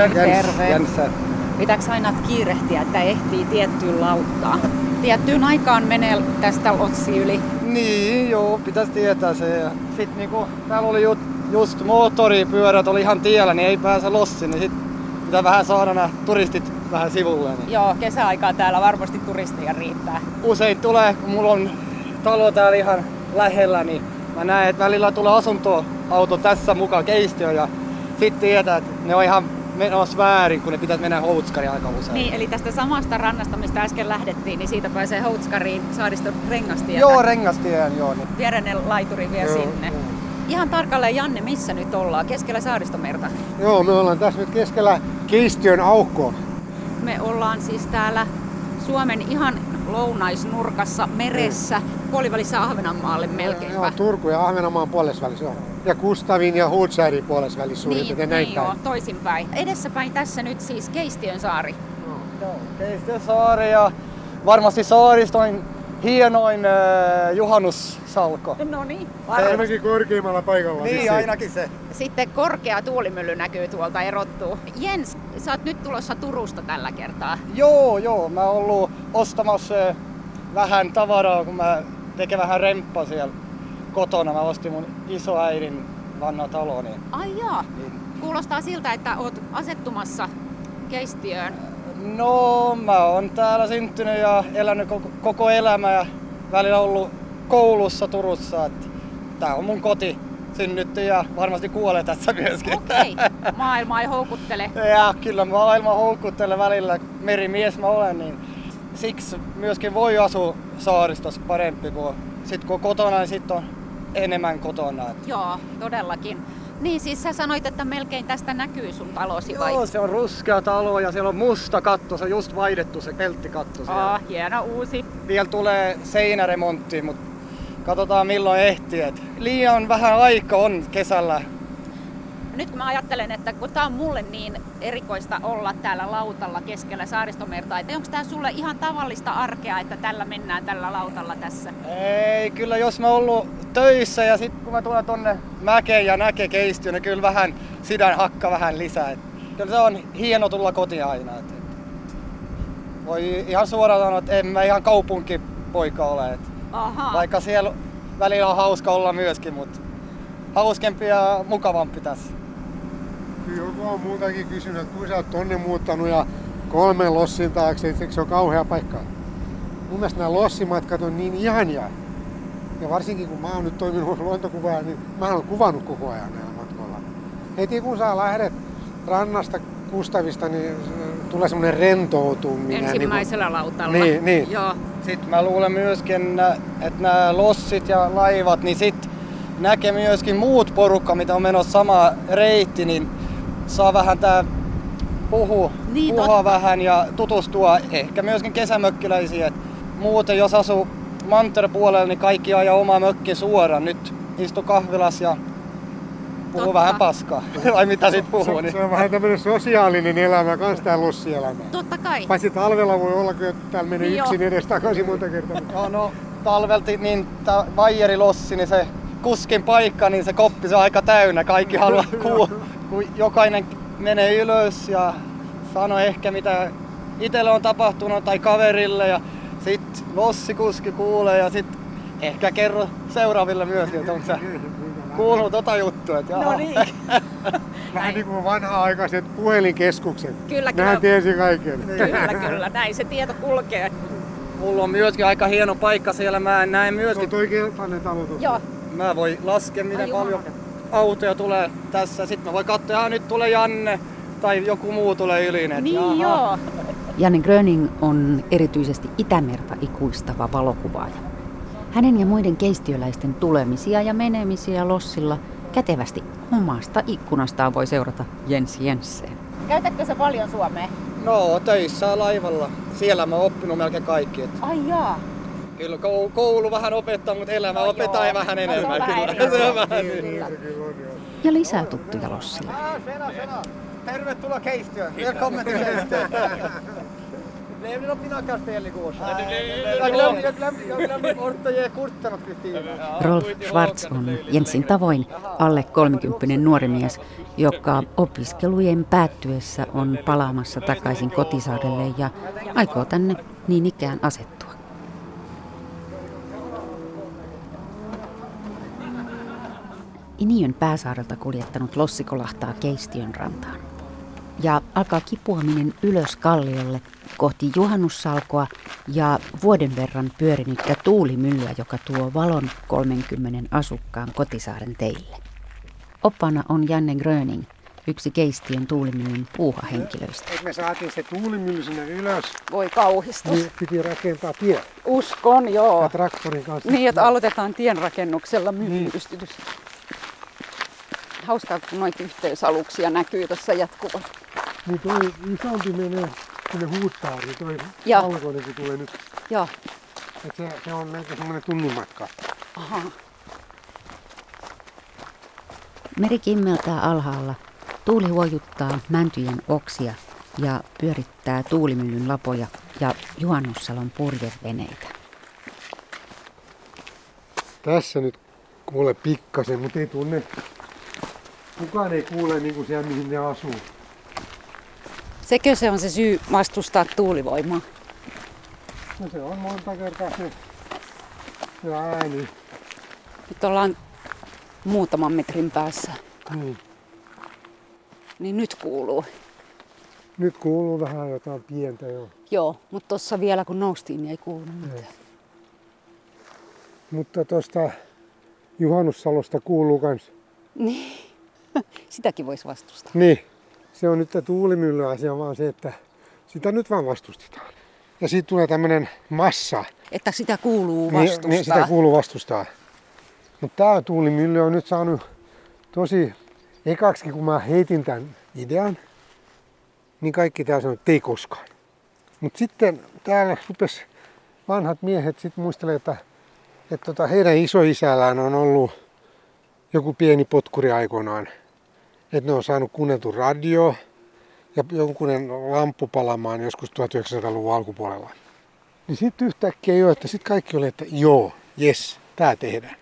Terve. Jänssä. Pitääkö aina kiirehtiä, että ehtii tiettyyn lauttaan? Tiettyyn aikaan menee tästä lotsi yli. Niin, joo, pitäisi tietää se. Ja sit niinku, täällä oli just moottoripyörät oli ihan tiellä, niin ei pääse lossiin, niin sit pitää vähän saada nämä turistit vähän sivulle. Niin. Joo, kesäaikaa täällä varmasti turisteja riittää. Usein tulee, kun mulla on talo täällä ihan lähellä, niin mä näen, että välillä tulee asuntoauto tässä mukaan keistioon ja sit tietää, että ne on ihan menossa väärin, kun ne pitäisi mennä Houtskariin aika usein. Niin, eli tästä samasta rannasta, mistä äsken lähdettiin, niin siitä pääsee Houtskariin Saariston Rengastietä. Joo, Rengastien, joo. Niin. Viereinen laituri vie sinne. Joo. Ihan tarkalleen, Janne, missä nyt ollaan? Keskellä Saaristomerta? Joo, me ollaan tässä nyt keskellä Keistiön aukkoa. Me ollaan siis täällä Suomen ihan lounaisnurkassa meressä, puolivälissä Ahvenanmaalle melkeinpä. Joo, Turku ja Ahvenanmaan puolesvälissä, joo. Ja Kustavin ja Hutsärin puolesvälissä suurin piirtein näin päin. Joo, toisinpäin. Edessäpäin tässä nyt siis Keistiön saari. Joo, Keistiön saari ja varmasti Saariston hienoin juhannussalko. No niin. Ainakin korkeimmalla paikalla. Niin, ainakin se. Sitten korkea tuulimylly näkyy tuolta, erottuu. Jens, sä oot nyt tulossa Turusta tällä kertaa. Joo. Mä oon ollut ostamassa vähän tavaraa, kun mä tekee vähän remppaa siellä kotona. Mä ostin mun isoäidin vanha talo. Niin. Ai jaa. Niin. Kuulostaa siltä, että oot asettumassa Keistiöön. No, mä oon täällä syntynyt ja elänyt koko elämä ja välillä ollut koulussa Turussa. Tää on mun koti. Synnytty ja varmasti kuolee tässä myöskin. Okei, maailma ei houkuttele. Ja kyllä maailma houkuttelee välillä. Merimies mä olen, niin siksi myöskin voi asua saaristossa parempi, kun sit kun kotona, niin sit on enemmän kotona. Joo, todellakin. Niin siis sä sanoit, että melkein tästä näkyy sun talosi vai? Joo, se on ruskea talo ja siellä on musta katto, se on just vaihdettu se peltikatto siellä. Hieno uusi. Vielä tulee seinäremontti, mutta katsotaan milloin ehtii. Liian vähän aika on kesällä. Nyt kun mä ajattelen, että kun tää on mulle niin erikoista olla täällä lautalla keskellä Saaristomerta, että onko tää sulle ihan tavallista arkea, että tällä mennään tällä lautalla tässä? Ei, kyllä jos mä oon ollut töissä ja sit kun mä tulen tonne mäkeen ja näkee Keistiön, niin kyllä vähän sydän hakka vähän lisää. Kyllä se on hieno tulla kotiin aina. Voi ihan suoraan sanoa, että en mä ihan kaupunkipoika ole. Aha. Vaikka siellä välillä on hauska olla myöskin, mutta hauskempi ja mukavampi tässä. Kyllä joku on muutakin kysynyt, että kun sä oot tonne muuttanut ja 3 lossin taakse, että se on kauhea paikka. Mun mielestä nämä lossimatkat on niin ihania. Ja varsinkin kun mä oon nyt toiminut luontokuvaajana, niin mä oon kuvannut koko ajan näillä matkoilla. Heti kun sä lähdet rannasta Kustavista, niin tulee semmoinen rentoutuminen. Ensimmäisellä niin lautalla. Niin. Joo. Sitten mä luulen myöskin, että nämä lossit ja laivat, niin sit näkee myöskin muut porukka, mitä on menossa sama reitti, niin saa vähän puhua vähän ja tutustua ehkä myöskin kesämökkiläisiä. Muuten jos asuu manterepuolella, niin kaikki ajaa oma mökki suoraan. Nyt istu kahvilas ja puhuu vähän paskaa. Vai mitä sit puhuu? Se on vähän tämmönen sosiaalinen elämä, kans tää lossielämä. Totta kai. Paitsi talvella voi olla, kun täällä menee yksin edes takaisin monta kertaa. No talvelti niin tää vaijerilossi, niin se kuskin paikka, niin se koppi se on aika täynnä. Kaikki haluaa kun jokainen menee ylös ja sanoo ehkä mitä itselle on tapahtunut tai kaverille ja sit lossikuski kuulee ja sit ehkä kerro seuraaville myöskin, että onko sä kuullut tota juttua. No niin. Vähän niin kuin vanha-aikaiset puhelinkeskukset. Kyllä. Nehän tiesi kaiken. Kyllä. Näin se tieto kulkee. Mulla on myöskin aika hieno paikka siellä. Mä näen myöskin. Se on toi keltainen talo tuossa. Joo. Mä voin laskea miten paljon autoja tulee tässä. Sitten mä voin katsoa, nyt tulee Janne tai joku muu tulee yli. Niin joo. Janne Gröning on erityisesti Itämerta ikuistava valokuvaaja. Hänen ja muiden keistiöläisten tulemisia ja menemisiä lossilla kätevästi omasta ikkunastaan voi seurata Jens Jensen. Käytätkö sä paljon suomea? No töissä laivalla. Siellä mä oon oppinut melkein kaikki. Ai jaa. Kyllä koulu vähän opettaa, mutta elämä opettaa vähän enemmän. Ja lisää tuttuja lossilla. Sena. Tervetuloa Keistiöön. Välkommen till Keistiöön. Blev det något pinakastel igår? Jag glömde bort att ge korten åt Kristina. Rolf Schwarz on Jensin tavoin alle 30 nuori mies, joka opiskelujen päättyessä on palaamassa takaisin kotisaarelle ja aikoo tänne niin ikään asettua. Iniön pääsaarelta kuljettanut lossi kolahtaa Keistiön rantaan. Ja alkaa kipuaminen ylös kalliolle kohti juhannussalkoa ja vuoden verran pyörinyttä tuulimyllyä, joka tuo valon 30 asukkaan kotisaaren teille. Oppaana on Janne Gröning, yksi Keistiön tuulimyllyn puuhahenkilöistä. Me saatiin se tuulimylly sinne ylös, Voi kauhistus. niin piti rakentaa tie. Uskon, joo. Ja traktorin kanssa. Niin, että aloitetaan tienrakennuksella myllystys. Hauskaa, kun noita yhteysaluksia näkyy tuossa jatkuvasti. Niin toi isompi menee sinne Huuttaariin, toi Joo. valkoinen kun tulee nyt. Joo. Et se on melkein semmoinen tunnin matka. Aha. Meri kimmeltää alhaalla, tuuli huojuttaa mäntyjen oksia ja pyörittää tuulimyllyn lapoja ja Juhannussalon purjeveneitä. Tässä nyt kuule pikkasen, mutta ei tunne. Kukaan ei kuule niin kuin siellä mihin ne asuu. Sekö se on se syy vastustaa tuulivoimaa? No se on monta kertaa se ääni. Nyt ollaan muutaman metrin päässä. Niin. Niin nyt kuuluu. Nyt kuuluu vähän jotain pientä jo. Joo, mutta tuossa vielä kun noustiin, niin ei kuulunut mitään. Mutta tuosta Juhannussalosta kuuluu kans. Niin. Sitäkin voisi vastustaa. Niin. Se on nyt tuulimyllyasia vaan se, että sitä nyt vaan vastustetaan. Ja siitä tulee tämmönen massa. Että sitä kuuluu vastustaa. Niin, sitä kuuluu vastustaa. Mutta tää tuulimylly on nyt saanut tosi ekaksi, kun mä heitin tämän idean, niin kaikki täällä sanoi, että ei koskaan. Mutta sitten täällä rupesi vanhat miehet sit muistelemaan, että heidän isoisällään on ollut joku pieni potkuri aikoinaan. Että ne on saanut kuunneltu radio ja jonkunen lamppu palamaan joskus 1900-luvun alkupuolella. Niin sitten yhtäkkiä jo, että sitten kaikki oli, että joo, jes, tää tehdään.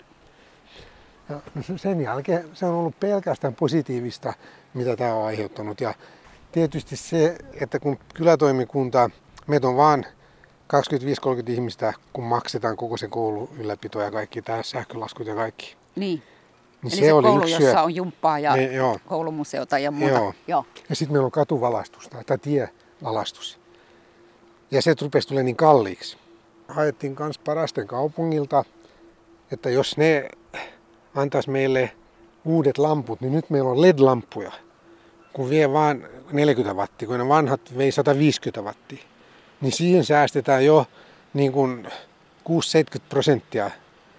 Ja sen jälkeen se on ollut pelkästään positiivista, mitä tämä on aiheuttanut. Ja tietysti se, että kun kylätoimikunta, meitä on vaan 25-30 ihmistä, kun maksetaan koko sen koulun ylläpito ja kaikki, tämä sähkölaskut ja kaikki. Niin. Niin Eli se oli koulu, yksi jossa on jumppaa ja joo. koulumuseota ja muuta. Joo. Joo. Ja sitten meillä on katuvalastusta tai tievalastus. Ja se rupesi tulemaan niin kalliiksi. Haettiin myös Parasten kaupungilta, että jos ne antaisi meille uudet lamput, niin nyt meillä on LED-lamppuja. Kun vie vaan 40 wattia, kun ne vanhat vei 150 wattia, niin siihen säästetään jo niin kuin 6-70%.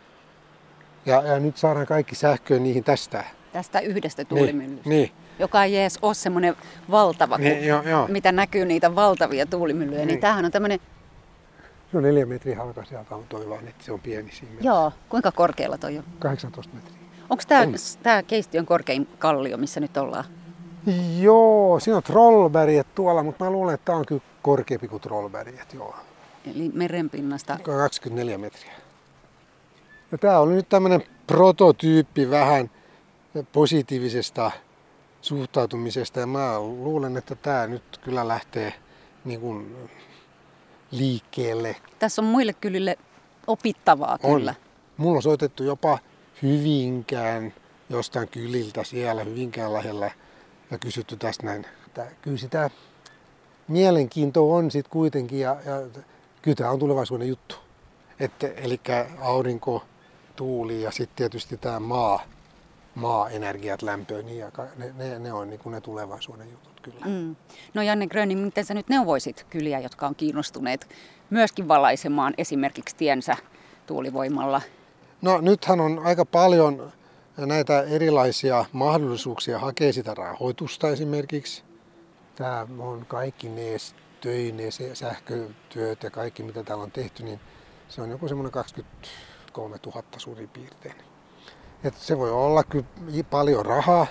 Ja nyt saadaan kaikki sähköä niihin tästä. Tästä yhdestä tuulimyllystä. Niin. Joka ei edes ole semmoinen valtava, Joo. mitä näkyy niitä valtavia tuulimyllyjä. Niin tämähän on tämmöinen. Se on 4 metriä halka sieltä on toi vaan, että se on pieni siinä. Joo, kuinka korkealla toi on? 18 metriä. Onko tämä Keistiön korkein kallio, missä nyt ollaan? Joo, siinä on Trollberget tuolla, mutta mä luulen, että tämä on kyllä korkeampi kuin Trollberget, joo. Eli merenpinnasta. 24 metriä. Ja tämä oli nyt tämmöinen prototyyppi vähän positiivisesta suhtautumisesta ja mä luulen, että tämä nyt kyllä lähtee niin kuin liikkeelle. Tässä on muille kylille opittavaa kyllä. Mulla on soitettu jopa Hyvinkään jostain kyliltä siellä Hyvinkään lähellä ja kysytty tästä näin. Kyllä sitä mielenkiintoa on sitten kuitenkin ja kyllä tämä on tulevaisuuden juttu. Eli aurinko, tuuli ja sitten tietysti tämä maa-energiat, lämpö, niin ne on niin kuin ne tulevaisuuden jutut kyllä. No Janne Gröning, miten sä nyt neuvoisit kyliä, jotka on kiinnostuneet myöskin valaisemaan esimerkiksi tiensä tuulivoimalla? No nythän on aika paljon näitä erilaisia mahdollisuuksia hakea sitä rahoitusta esimerkiksi. Tämä on kaikki ne töineen, sähkötyöt ja kaikki mitä täällä on tehty, niin se on joku semmoinen 23 000 suurin piirtein. Et se voi olla kyllä paljon rahaa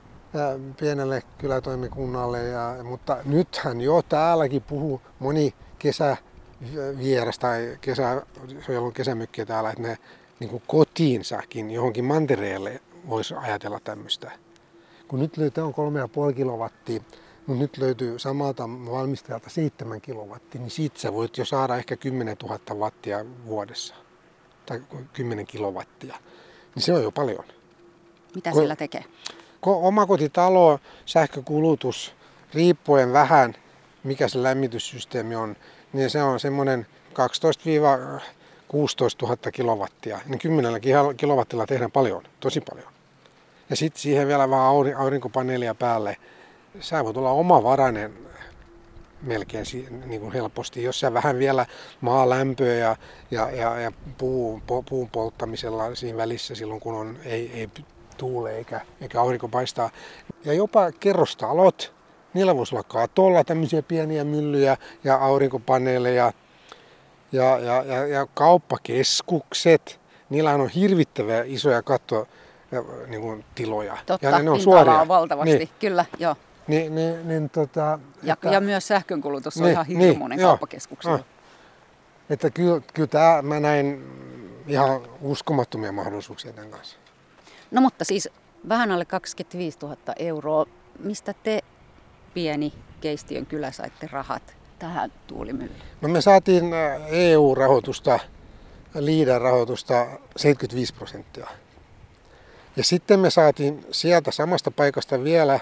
pienelle kylätoimikunnalle, mutta nythän jo täälläkin puhuu moni kesävieras tai joilla on kesämökkiä täällä, että ne niin kuin kotiinsakin johonkin mantereelle voisi ajatella tämmöistä. Kun nyt löytyy on 3,5 kilowattia, mutta nyt löytyy samalta valmistajalta 7 kilowattia, niin siitä sä voit jo saada ehkä 10 000 wattia vuodessa. Tai 10 kilowattia. Niin se on jo paljon. Mitä sillä tekee? Omakotitalo, sähkökulutus, riippuen vähän mikä se lämmityssysteemi on, niin se on semmoinen 12-16 000 kilowattia. Niin 10 kilowattilla tehdään paljon, tosi paljon. Ja sitten siihen vielä vaan aurinkopaneelia päälle. Sä voit olla omavarainen melkein niin kuin helposti, jos sä vähän vielä maalämpöä ja puun polttamisella siinä välissä silloin, kun ei tuule eikä aurinko paistaa. Ja jopa kerrostalot, niillä voisi olla katolla tämmöisiä pieniä myllyjä ja aurinkopaneeleja ja kauppakeskukset. Niillähän on hirvittävän isoja niin kuin tiloja. Totta, ja ne on suoria. On valtavasti, niin. Kyllä, joo. Ja myös sähkönkulutus on ihan hirmuinen kauppakeskuksella. Että kyllä mä näin ihan uskomattomia mahdollisuuksia tämän kanssa. No mutta siis vähän alle 25 000 euroa. Mistä te, pieni Keistiön kylä, saitte rahat tähän tuulimyllyyn? No me saatiin EU-rahoitusta, LEADER-rahoitusta 75%. Ja sitten me saatiin sieltä samasta paikasta vielä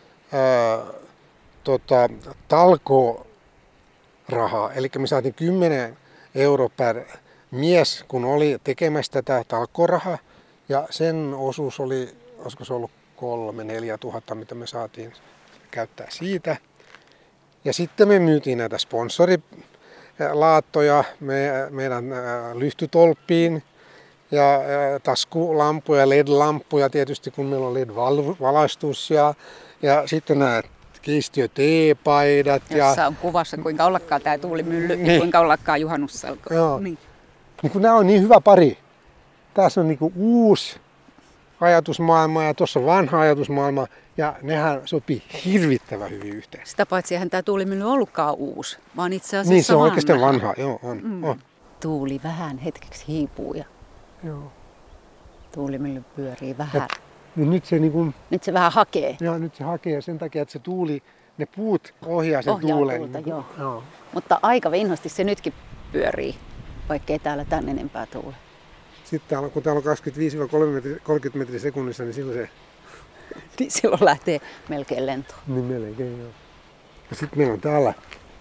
talkoorahaa. Eli me saatiin 10 € per mies, kun oli tekemässä tätä talkoorahaa. Ja sen osuus oli, olisiko se ollut 3-4 tuhatta, mitä me saatiin käyttää siitä. Ja sitten me myytiin näitä sponsorilaattoja meidän lyhtytolppiin. Ja taskulampuja, LED-lampuja tietysti, kun meillä on LED-valaistus. Ja sitten nämä Keistiö-teepaidat. Jossa on kuvassa, kuinka ollakaan tämä tuulimylly ja kuinka ollakaan juhannussalko. Joo. Niin kun nämä on niin hyvä pari. Tässä on niinku uusi ajatusmaailma ja tuossa on vanha ajatusmaailma. Ja nehän sopii hirvittävän hyvin yhteen. Sitä paitsi eihän tämä tuulimylly ollutkaan uusi, vaan itse asiassa niin, se on vanha. oikeastaan vanha. Joo, on. Tuuli vähän hetkeksi hiipuu ja joo. Tuulimylly pyörii vähän. Nyt Nyt se vähän hakee. Joo, nyt se hakee sen takia, että se tuuli, ne puut ohjaa sen tuulen. Tuulta, joo. Mutta aika vinhasti se nytkin pyörii, vaikkei täällä tän enempää tuule. Sitten kun täällä on 25-30 metriä sekunnissa, niin silloin se... Niin silloin lähtee melkein lentoon. Niin melkein, joo. Ja sitten meillä on täällä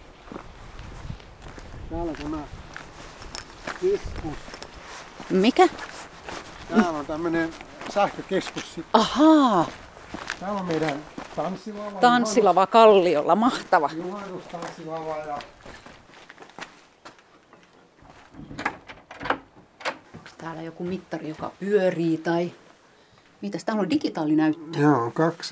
tämä keskus. Mikä? Täällä on tämmöinen sähkökeskus. Ahaa! Täällä on meidän tanssilava. Tanssilava Kalliolla, mahtava. Juhannustanssilava ja... Onko täällä joku mittari, joka pyörii tai... Mitäs täällä on digitaalinäyttö? Joo,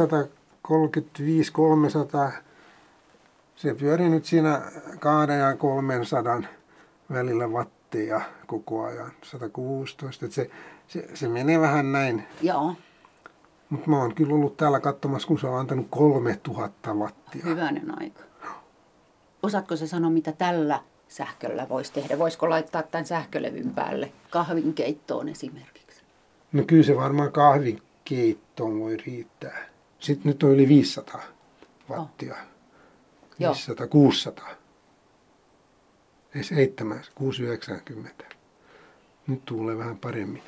235-300. Se pyörii nyt siinä 200 ja 300 välillä wattia koko ajan. 116. Se menee vähän näin. Joo. Mutta mä oon kyllä ollut täällä katsomassa, kun se on antanut 3000 wattia. Hyvänen aika. Osaatko sä sanoa, mitä tällä sähköllä voisi tehdä? Voisiko laittaa tämän sähkölevyn päälle kahvinkeittoon esimerkiksi? No kyllä se varmaan kahvinkeittoon voi riittää. Sitten nyt on yli 500 wattia. 500, 600. Ei 7, 690. Nyt tulee vähän paremmin.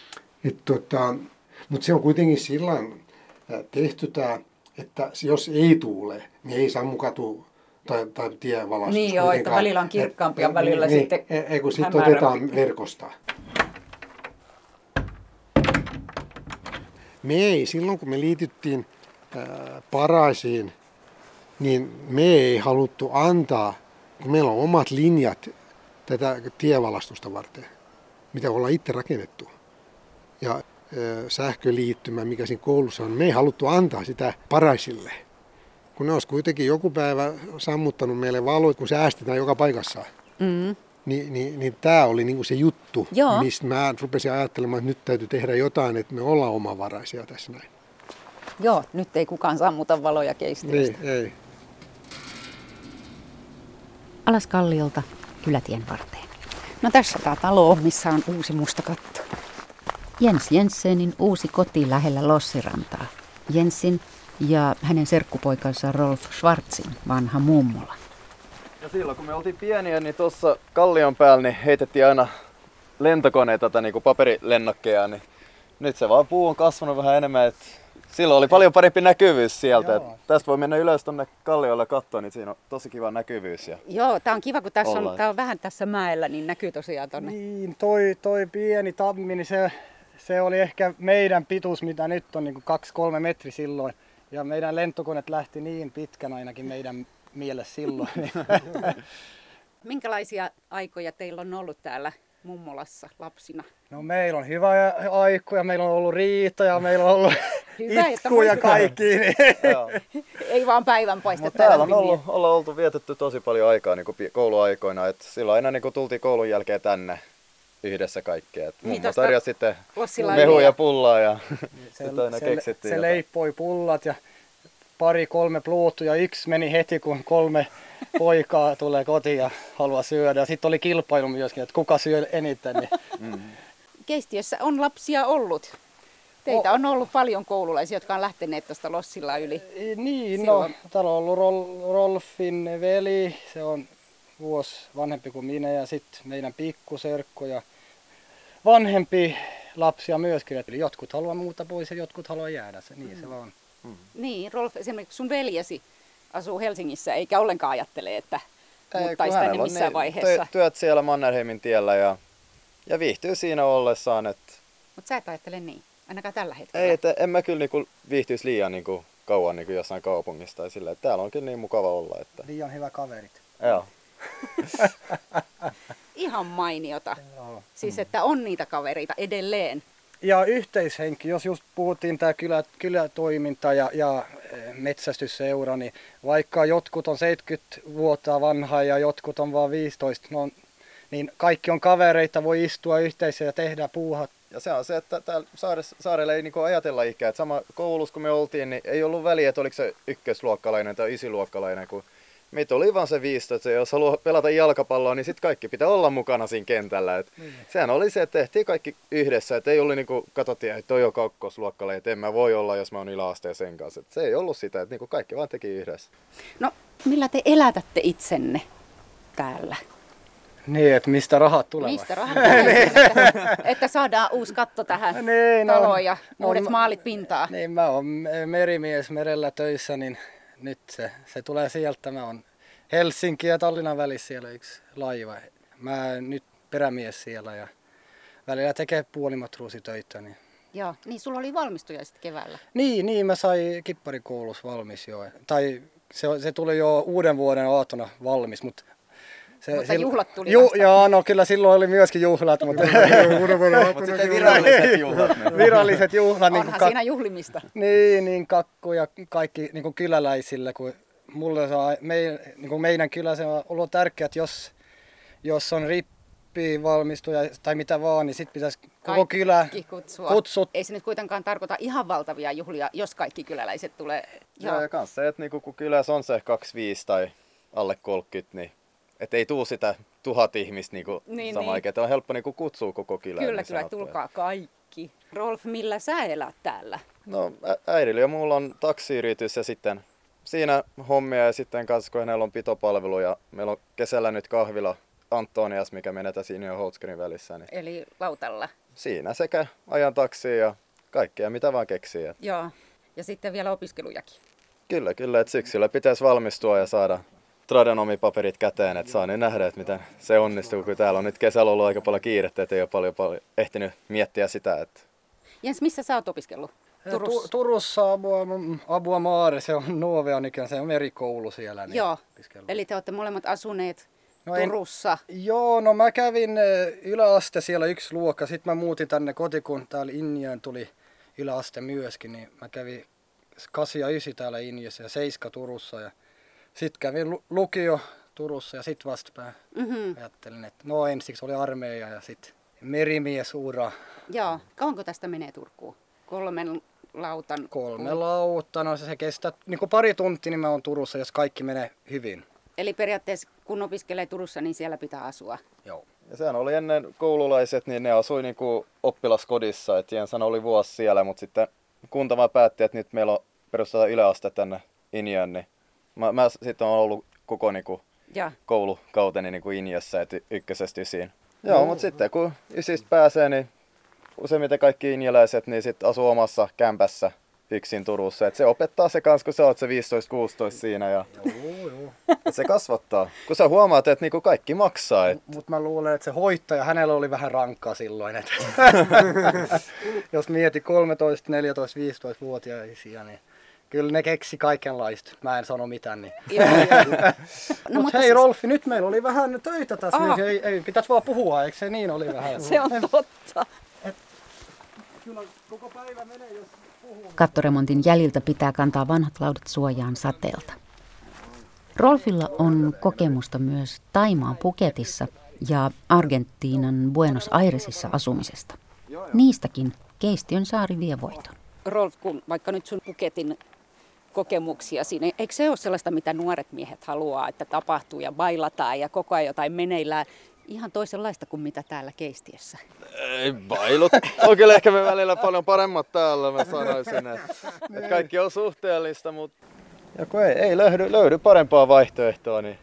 Mutta se on kuitenkin sillä tehty tämä, että jos ei tuule, niin ei sammu katu tai tienvalastus. Niin joo, että välillä on kirkkaampi ja välillä niin, sitten kun sitten otetaan verkosta. Me ei, silloin kun me liityttiin Paraisiin, niin me ei haluttu antaa, kun meillä on omat linjat tätä tienvalastusta varten, mitä ollaan itse rakennettu. Ja sähköliittymä, mikä siinä koulussa on, me ei haluttu antaa sitä Paraisille. Kun ne olisi kuitenkin joku päivä sammuttanut meille valoit, kun säästetään joka paikassa. Mm. Niin tämä oli niinku se juttu, Joo. mistä mä rupesin ajattelemaan, että nyt täytyy tehdä jotain, että me ollaan omavaraisia tässä näin. Joo, nyt ei kukaan sammuta valoja Keistiosta. Ei. alas kalliolta kylätien varteen. No tässä tää talo on, missä on uusi musta katto. Jens Jensenin uusi koti lähellä Lossirantaa. Jensin ja hänen serkkupoikansa Rolf Schwarzin vanha mummola. Ja silloin kun me oltiin pieniä, niin tuossa kallion päällä niin heitettiin aina lentokoneita tai niinku paperilennokkeja. Niin nyt se vaan puu on kasvanut vähän enemmän. Et silloin oli paljon parempi näkyvyys sieltä. Et tästä voi mennä ylös tonne kalliolle katsoa, niin siinä on tosi kiva näkyvyys. Joo, tää on kiva, kun tässä Ollaan. tää on vähän tässä mäellä, niin näkyy tosiaan tonne. Niin, toi pieni tammi, niin se oli ehkä meidän pituus, mitä nyt on, niin 2-3 metri silloin. Ja meidän lentokoneet lähti niin pitkän ainakin meidän mielessä silloin. Minkälaisia aikoja teillä on ollut täällä mummolassa lapsina? No meillä on hyvä aikoja, meillä on ollut riitoja, meillä on ollut Hyvä, että itkuja muistetaan. kaikki. Niin. Ei vaan päivänpaiste Mutta täällä on lämpimiä. ollaan oltu vietetty tosi paljon aikaa niin kouluaikoina. Et silloin aina niin tultiin koulun jälkeen tänne yhdessä kaikkea. Mummo tästä tarjosi sitten Lossilla mehua yli ja pullaa ja Se, sitten aina keksittiin se jotain. leipoi pullat ja 2-3 pluuttu ja yksi meni heti, kun 3 poikaa tulee kotiin ja haluaa syödä. Sitten oli kilpailu myöskin, että kuka syö eniten. Niin. Keittiössä on lapsia ollut. Teitä on ollut paljon koululaisia, jotka on lähteneet tuosta Lossilla yli. Niin, Silloin. no, täällä on ollut Rolfin veli, se on vuosi vanhempi kuin minä ja sitten meidän pikkuserkku ja vanhempi lapsia myöskin. Eli jotkut haluaa muuta pois ja jotkut haluaa jäädä, niin se vaan. Niin, Rolf, esimerkiksi sun veljesi asuu Helsingissä, eikä ollenkaan ajattele, että muuttaisi kun tänne hänellä on missään niin vaiheessa. Työt siellä Mannerheimin tiellä ja viihtyy siinä ollessaan. Mutta sä et ajattele niin, ainakaan tällä hetkellä. Ei, että en mä kyllä niinku viihtyisi liian niinku kauan niinku jossain kaupungissa tai sillä. Että täällä on kyllä niin mukava olla. Että... Liian hyvä kaverit. Joo. Ihan mainiota. Joo. Siis, että on niitä kavereita edelleen. Ja yhteishenki, jos just puhuttiin tämä kylätoiminta ja metsästysseura, niin vaikka jotkut on 70 vuotta vanha ja jotkut on vain 15, niin kaikki on kavereita, voi istua yhteisöön ja tehdä puuhat. Ja se on se, että täällä saarella ei niinku ajatella ikää. Että sama koulussa kun me oltiin, niin ei ollut väliä, että oliko se ykkösluokkalainen tai ysiluokkalainen, kun meitä oli vaan se 15, jos haluaa pelata jalkapalloa, niin sitten kaikki pitää olla mukana siinä kentällä. Sehän oli se, että tehtiin kaikki yhdessä, että ei ollut niinku, katsottiin, että toi on kakkosluokkalainen, että en mä voi olla, jos mä oon yläasteen sen kanssa. Et se ei ollut sitä, että niinku kaikki vaan teki yhdessä. No, millä te elätätte itsenne täällä? Niin, että mistä rahat tulevat. Mistä rahat tulee, että saadaan uusi katto tähän Niin, taloon ja uudet maalit pintaa? Niin, mä oon merimies merellä töissä, niin nyt se tulee sieltä. Mä oon Helsinki ja Tallinnan välissä siellä yksi laiva. Mä nyt perämies siellä ja välillä tekee puolimatruusitöitä. Niin. Joo, niin sulla oli valmistujaiset keväällä. Niin, mä sain kipparikoulussa valmis jo. Tai se tuli jo uuden vuoden aattona valmis, mutta juhlat tuli vasta. Joo, no kyllä silloin oli myöskin juhlat, mutta Mutta sitten viralliset juhlat. viralliset juhlat. Onhan siinä juhlimista. Niin kakku ja kaikki niin kuin kyläläisille, kun mulle se on, meidän kylä se on ollut tärkeää, että jos on rippi valmistuja tai mitä vaan, niin sitten pitäisi koko kylä kutsut. Ei se nyt kuitenkaan tarkoita ihan valtavia juhlia, jos kaikki kyläläiset tulee. Joo, ja kans se, että niinku, kun kylässä on se 25 tai alle 30, niin et ei tuu sitä 1000 ihmistä niinku samaan aikaan. Että on helppo niinku kutsua koko kylää. Kyllä, niin tulkaa kaikki. Rolf, millä sä elät täällä? No äidillä ja mulla on taksiyritys ja sitten siinä hommia ja sitten kanssa kun hänellä on pitopalvelu ja meillä on kesällä nyt kahvila Antonias, mikä menetään siinä jo Houtskerin välissä. Niin eli lautalla. Siinä sekä ajan taksia ja kaikkea mitä vaan keksii. Joo, ja sitten vielä opiskelujakin. Kyllä, että syksyllä pitäisi valmistua ja saada tradenomipaperit käteen, että saa niin nähdä, että miten se onnistuu, kun täällä on nyt kesällä ollut aika paljon kiirettä, että ei ole paljon ehtinyt miettiä sitä. Että... Jens, missä sä oot opiskellut? Turussa? Turussa Abua Maare, se on Noveanikin, se on merikoulu siellä. Niin joo, eli te olette molemmat asuneet Turussa. Joo, no mä kävin yläaste siellä yksi luokka, sitten mä muutin tänne kotiin, kun täällä Injään tuli yläaste myöskin, niin mä kävin 8 ja 9 täällä Injassa ja 7 Turussa ja sitten kävin lukio Turussa ja sitten vasta ajattelin, että no ensiksi oli armeija ja sitten merimiesuura. Joo, kauanko tästä menee Turkuun? 3 lautan? 3 lautaa, no se kestää niin kuin pari tuntia, niin mä oon Turussa, jos kaikki menee hyvin. Eli periaatteessa kun opiskelee Turussa, niin siellä pitää asua. Joo. Ja sehän oli ennen koululaiset, niin ne asui niinku oppilaskodissa, että Jensana oli vuosi siellä, mutta sitten kunta vaan päätti, että nyt meillä on perustetaan yläaste tänne Injään, niin mä sitten olen ollut koko niinku koulukauteni niinku Injassa, että ykkösestä ysiin. Joo, mutta sitten kun ysistä pääsee, niin useimmiten kaikki injäläiset niin sitten asuu omassa kämpässä yksin Turussa. Et se opettaa se kans, kun sä oot se 15-16 siinä ja se kasvattaa. Kun sä huomaat, että niinku kaikki maksaa. Mutta mä luulen, että se hoittaja, hänellä oli vähän rankkaa silloin. Että jos mieti 13, 14, 15-vuotiaisia, niin kyllä ne keksi kaikenlaista. Mä en sano mitään. Niin. No, mutta hei Rolfi, nyt meillä oli vähän töitä tässä. Niin ei pitäisi vaan puhua, eikö se niin oli vähän? Se on totta. Kyllä koko päivä menee, jos puhuu. Kattoremontin jäljiltä pitää kantaa vanhat laudat suojaan sateelta. Rolfilla on kokemusta myös Thaimaan Phuketissa ja Argentiinan Buenos Airesissa asumisesta. Niistäkin Keistiön saari vie voiton. Rolf, kun vaikka nyt sun Phuketin kokemuksia siinä, eikö se ole sellaista, mitä nuoret miehet haluaa, että tapahtuu ja bailataan ja koko ajan jotain meneillään? Ihan toisenlaista kuin mitä täällä Keistiössä. Ei bailut. On kyllä ehkä me välillä paljon paremmat täällä, mä sanoisin. Että kaikki on suhteellista, mutta ja kun ei löydy parempaa vaihtoehtoa, niin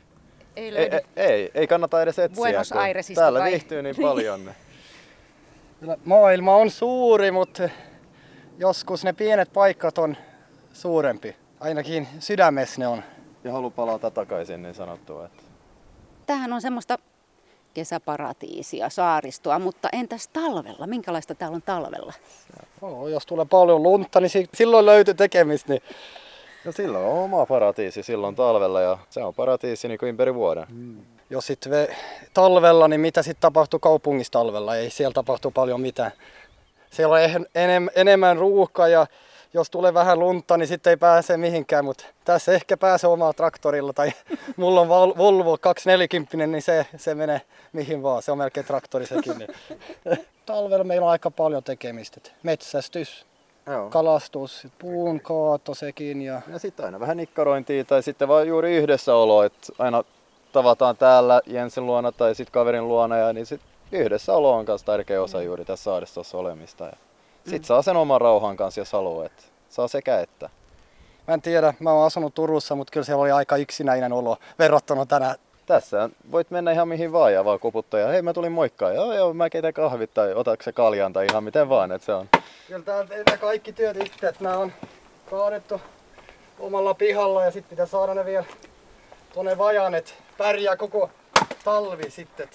ei kannata edes etsiä. Buenos Airesista täällä vai? viihtyy niin paljon. Maailma on suuri, mutta joskus ne pienet paikat on suurempi. Ainakin sydämessä ne on. Ja halu palata takaisin, niin sanottua. Että Tämähän on semmoista kesäparatiisia, saaristoa, mutta entäs talvella? Minkälaista täällä on talvella? Jos tulee paljon lunta, niin silloin löytyy tekemistä. Niin. no silloin on oma paratiisi silloin talvella ja se on paratiisi niin kuin ympäri vuoden. Jos sitten talvella, niin mitä sitten tapahtuu kaupungissa talvella? Ei siellä tapahtu paljon mitään. Siellä on enemmän ruuhkaa ja jos tulee vähän lunta, niin sitten ei pääse mihinkään, mutta tässä ehkä pääsee omalla traktorilla tai mulla on Volvo 240, niin se menee mihin vaan, se on melkein traktori sekin. Niin. Talvella meillä on aika paljon tekemistä, metsästys, kalastus, puun kaato sekin. Ja sitten aina vähän nikkarointia tai sitten vaan juuri yhdessäolo, että aina tavataan täällä Jensin luona tai sitten kaverin luona ja niin sitten yhdessäolo on myös tärkeä osa juuri tässä saaristossa olemista. Ja sitten saa sen oman rauhan kanssa, jos haluaa, että saa sekä että. Mä en tiedä, mä oon asunut Turussa, mutta kyllä siellä oli aika yksinäinen olo verrattuna tänään. Tässä voit mennä ihan mihin vaan ja vaan koputtaa ja hei mä tulin moikkaan. Joo, mä keitän kahvit tai otatko se kaljan tai ihan miten vaan, että se on. Kyllä tää tehdään kaikki työt itse, että nää on kaadettu omalla pihalla ja sitten pitää saada ne vielä tuonne vajaan, että pärjää koko talvi sitten.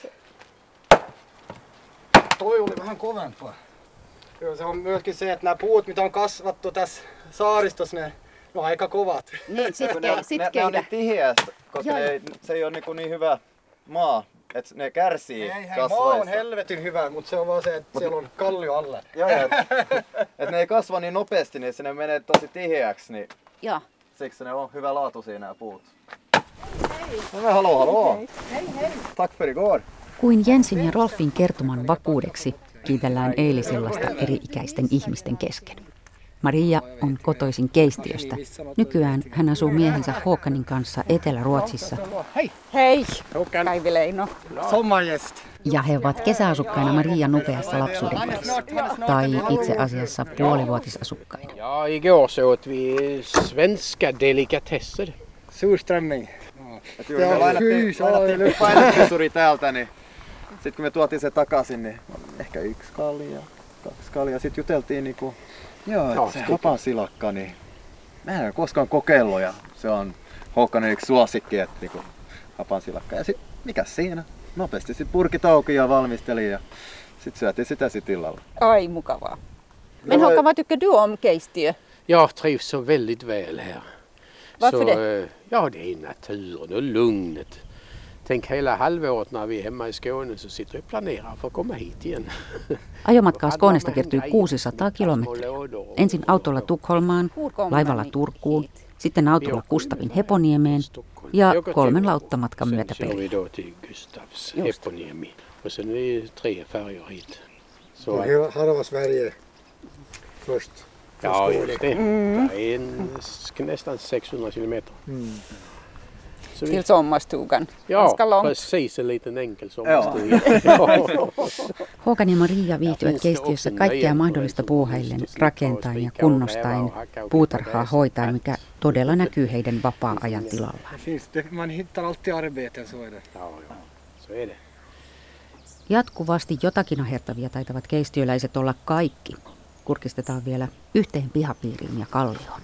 Toi oli vähän kovempaa. Kyllä se on myöskin se, että nämä puut, mitä on kasvattu tässä saaristossa, ne on aika kovat. Niin, ne on niin tiheästä, koska se ei ole niin hyvä maa, että ne kärsii kasvaessa. Maa on helvetin hyvä, mutta se on vaan se, että siellä on kallio alla. Joo, että ne ei kasva niin nopeasti, niin se ne menee tosi tiheäksi, niin siksi ne on hyvä laatu siinä nämä puut. No hallå. Hei. Tack för igår. Kuin Jensin ja Rolfin kertoman vakuudeksi kiitellään eilisillasta eri-ikäisten ihmisten kesken. Maria on kotoisin Keistiöstä. Nykyään hän asuu miehensä Håkanin kanssa Etelä-Ruotsissa. Hei! Päivi Leino. Sommargäst. Ja he ovat kesäasukkaina Marian upeassa lapsuudenkodissa. Tai itse asiassa puolivuotisasukkaina. Ja, igår så åt vi svenska delikatesser. Surströmming. Juuri me lainattiin painopesuri täältä, niin sitten kun me tuotiin se takaisin, niin ehkä 1 kalja, 2 kaljaa. Sitten juteltiin niinku, se hapansilakka, niin mä en ole koskaan kokeillut ja se on Håkanin yksi suosikki, että niinku hapansilakka. Ja sitten mikäs siinä? Nopeasti sitten purkit auki ja valmistelin ja sitten syötiin sitä sitten illalla. Ai mukavaa. Men Håkan, vad tycker du om Keistiö? Jag trivs så väldigt väl här. Varför det? Ja, det är naturen och lugnet. Tänk hela halvåret när vi är hemma i Skåne så sitter vi och planerar för att komma hit igen. Ajomatkaa Skånesta kertyy 600 kilometriä. Ensin autolla Tukholmaan, laivalla Turkuun, sitten autolla Kustavin Heponiemeen ja 3 lauttamatkan myötä perille. Och sen är det 3 färjor hit. Så Halva Sverige först. ja, just det. Det är nästan 600 kilometer. till sommarstugan. Ja, Ganska långt. precis, en liten enkel sommarstuga. Håkan ja Maria viihtyvät keittiössä kaikkea mahdollista puuhaillen, rakentaen ja kunnostaen, puutarhaa hoitaen, mikä todella näkyy heidän vapaa-ajan tilallaan. Man hittar alltid arbete, så är det. Ja, så är det. Jatkuvasti jotakin ahertavia taitavat keistiöläiset olla kaikki. Kurkistetaan vielä yhteen pihapiiriin ja kallioon.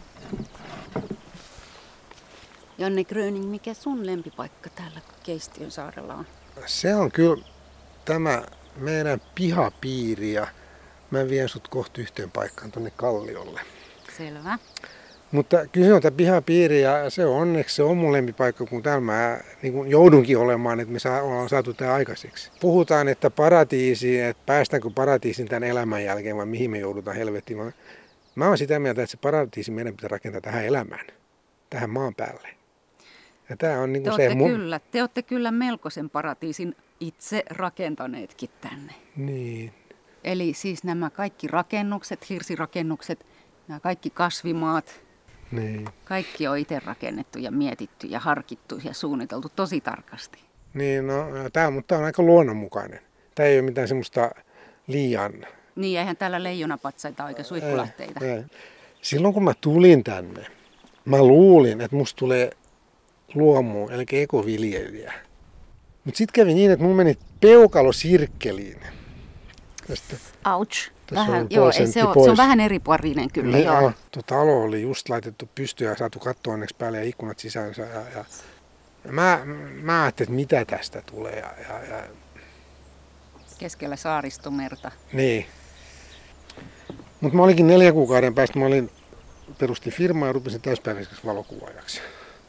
Janne Gröning, mikä sun lempipaikka täällä Keistiön saarella on? Se on kyllä tämä meidän pihapiiri ja mä vien sut kohta yhteen paikkaan tuonne kalliolle. Selvä. Mutta kyllä se on tämä pihapiiri ja onneksi se on mun lempipaikka, kun täällä mä niin kun joudunkin olemaan, että me ollaan saatu tämä aikaiseksi. Puhutaan, että paratiisi, että päästäänkö paratiisin tämän elämän jälkeen vai mihin me joudutaan helvettiin. Mä oon sitä mieltä, että se paratiisi meidän pitää rakentaa tähän elämään, tähän maan päälle. Ja tää on niin kuin te olette kyllä melkoisen paratiisin itse rakentaneetkin tänne. Niin. Eli siis nämä kaikki rakennukset, hirsirakennukset, nämä kaikki kasvimaat, niin. Kaikki on itse rakennettu ja mietitty ja harkittu ja suunniteltu tosi tarkasti. Niin, no tämä on aika luonnonmukainen. Tämä ei ole mitään semmoista liian... Niin, eihän täällä leijonapatsaita eikä suihkulähteitä. Ei. Silloin kun mä tulin tänne, mä luulin, että musta tulee luomu, eli ekoviljelijä. Mutta sitten kävi niin, että mun meni peukalo sirkkeliin. Ouch. Vähän, joo, se on vähän eriparinen kyllä. Joo. Tuo talo oli just laitettu pystyyn ja saatu kattoa onneksi päälle ja ikkunat sisäänsä. Ja mä ajattelin, että mitä tästä tulee. Ja keskellä saaristomerta. Niin. Mutta mä olinkin 4 kuukauden päästä, perustin firmaa ja rupesin täyspäiväiseksi valokuvaajaksi.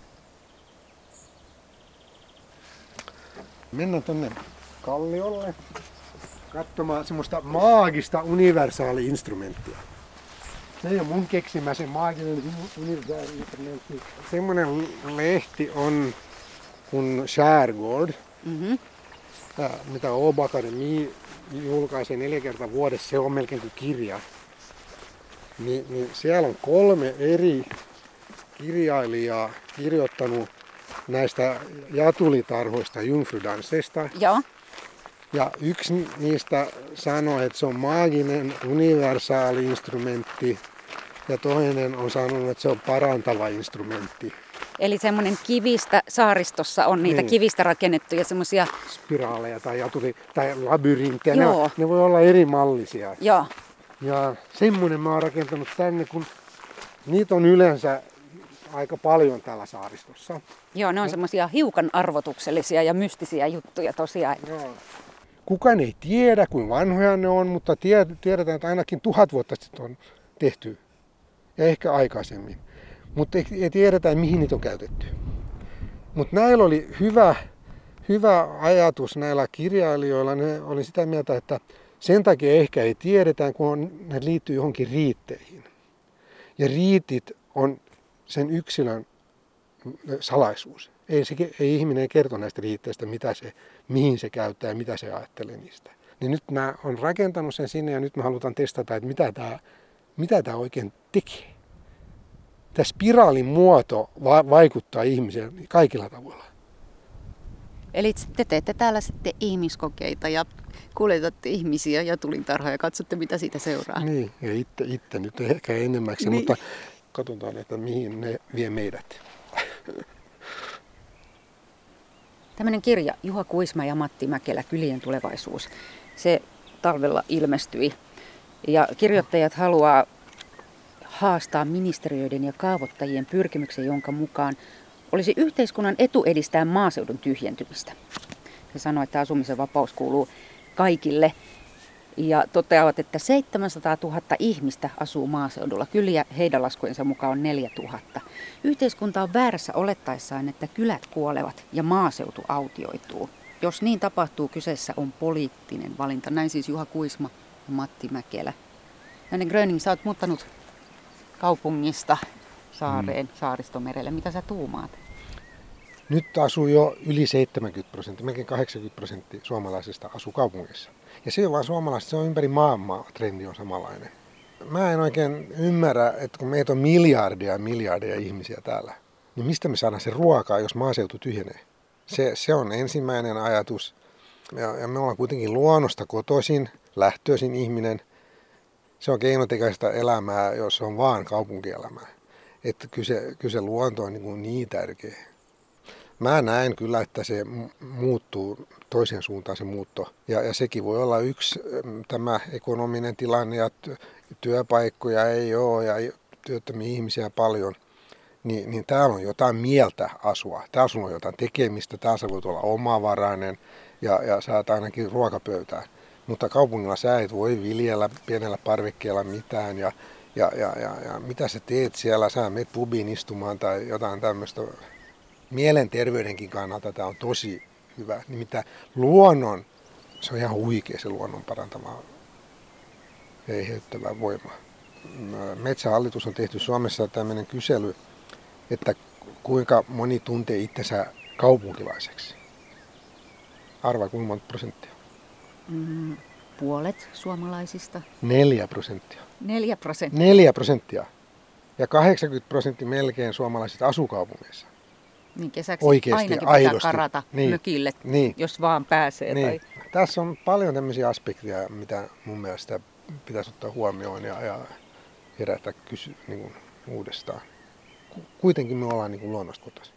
Mennään tonne kalliolle katsomaan semmoista maagista universaali-instrumenttia. Se ei ole mun keksimä se maaginen universaali-instrumentti. Semmoinen lehti on kuin Skärgård, mitä Åbo Akademi julkaisee 4 kertaa vuodessa. Se on melkein kuin kirja. Niin siellä on 3 eri kirjailijaa kirjoittanut näistä jatulitarhoista, Jungfrudanssista. Joo. Ja yksi niistä sanoi, että se on maaginen, universaali instrumentti, ja toinen on sanonut, että se on parantava instrumentti. Eli semmoinen kivistä, saaristossa on niitä kivistä rakennettuja semmoisia... spiraaleja tai labyrintejä, ne voi olla eri mallisia. Joo. Ja semmoinen mä oon rakentanut tänne, kun niitä on yleensä aika paljon täällä saaristossa. Joo, ne on semmoisia hiukan arvotuksellisia ja mystisiä juttuja tosiaan. Joo. Kukaan ei tiedä, kuinka vanhoja ne on, mutta tiedetään, että ainakin 1000 vuotta sitten on tehty. Ja ehkä aikaisemmin. Mutta ei tiedetä, mihin niitä on käytetty. Mutta näillä oli hyvä ajatus näillä kirjailijoilla. Ne oli sitä mieltä, että sen takia ehkä ei tiedetä, kun ne liittyy johonkin riitteihin. Ja riitit on sen yksilön salaisuus. Ei ihminen kerto näistä riitteistä, mihin se käyttää ja mitä se ajattelee niistä. Niin nyt mä oon rakentanut sen sinne ja nyt me halutaan testata, että mitä tää oikein tekee. Tämä spiraalin muoto vaikuttaa ihmiseen kaikilla tavoilla. Eli te teette täällä sitten ihmiskokeita ja kuljetatte ihmisiä ja tulintarhoja ja katsotte, mitä siitä seuraa. Niin, ja itse nyt ehkä enemmäksi, mutta katsotaan, että mihin ne vie meidät. Tämmöinen kirja, Juha Kuisma ja Matti Mäkelä, Kylien tulevaisuus, se talvella ilmestyi. Ja kirjoittajat haluaa haastaa ministeriöiden ja kaavoittajien pyrkimyksen, jonka mukaan olisi yhteiskunnan etu edistää maaseudun tyhjentymistä. He sanoo, että asumisen vapaus kuuluu kaikille ja toteavat, että 700 000 ihmistä asuu maaseudulla. Kyliä heidän laskujensa mukaan on 4 000. Yhteiskunta on väärässä olettaessaan, että kylät kuolevat ja maaseutu autioituu. Jos niin tapahtuu, kyseessä on poliittinen valinta. Näin siis Juha Kuisma ja Matti Mäkelä. Janne Gröning, sä oot muuttanut kaupungista saareen, Saaristomerelle. Mitä sä tuumaat? Nyt asuu jo yli 70%, melkein 80% suomalaisista asuu kaupungissa. Ja se ei ole vaan suomalaista, se on ympäri maailmaa, trendi on samanlainen. Mä en oikein ymmärrä, että kun meitä on miljardeja ihmisiä täällä, niin mistä me saadaan se ruokaa, jos maaseutu tyhjenee? Se on ensimmäinen ajatus. Ja me ollaan kuitenkin luonnosta kotoisin, lähtöisin ihminen. Se on keinotekoista elämää, jos on vaan kaupunkielämää. Että kyse luonto on niin tärkeä. Mä näen kyllä, että se muuttuu toiseen suuntaan se muutto. Ja sekin voi olla yksi tämä ekonominen tilanne ja työpaikkoja ei ole ja työttömiä ihmisiä paljon. Niin täällä on jotain mieltä asua. Täällä sulla on jotain tekemistä, täällä sä voit olla omavarainen ja saat ainakin ruokapöytään. Mutta kaupungilla sä et voi viljellä pienellä parvekkeella mitään ja mitä sä teet siellä, sä menet pubiin istumaan tai jotain tämmöistä. Mielenterveydenkin kannalta tämä on tosi hyvä. Nimittäin luonnon, se on ihan huikea se luonnon parantama eheyttävä voima. Metsähallitus on tehty Suomessa tämmöinen kysely, että kuinka moni tuntee itsensä kaupunkilaiseksi. Arvaa kuinka monta prosenttia? Puolet suomalaisista. 4%. 4%. 4%. Ja 80% melkein suomalaisista asuu kaupungeissa. Niin kesäksi Oikeasti, ainakin pitää aidosti. karata Niin. mökille, Niin. jos vaan pääsee. Niin. Tai... Tässä on paljon tämmöisiä aspekteja, mitä mun mielestä pitäisi ottaa huomioon ja herätä uudestaan. Kuitenkin me ollaan luonnosta kotoisin.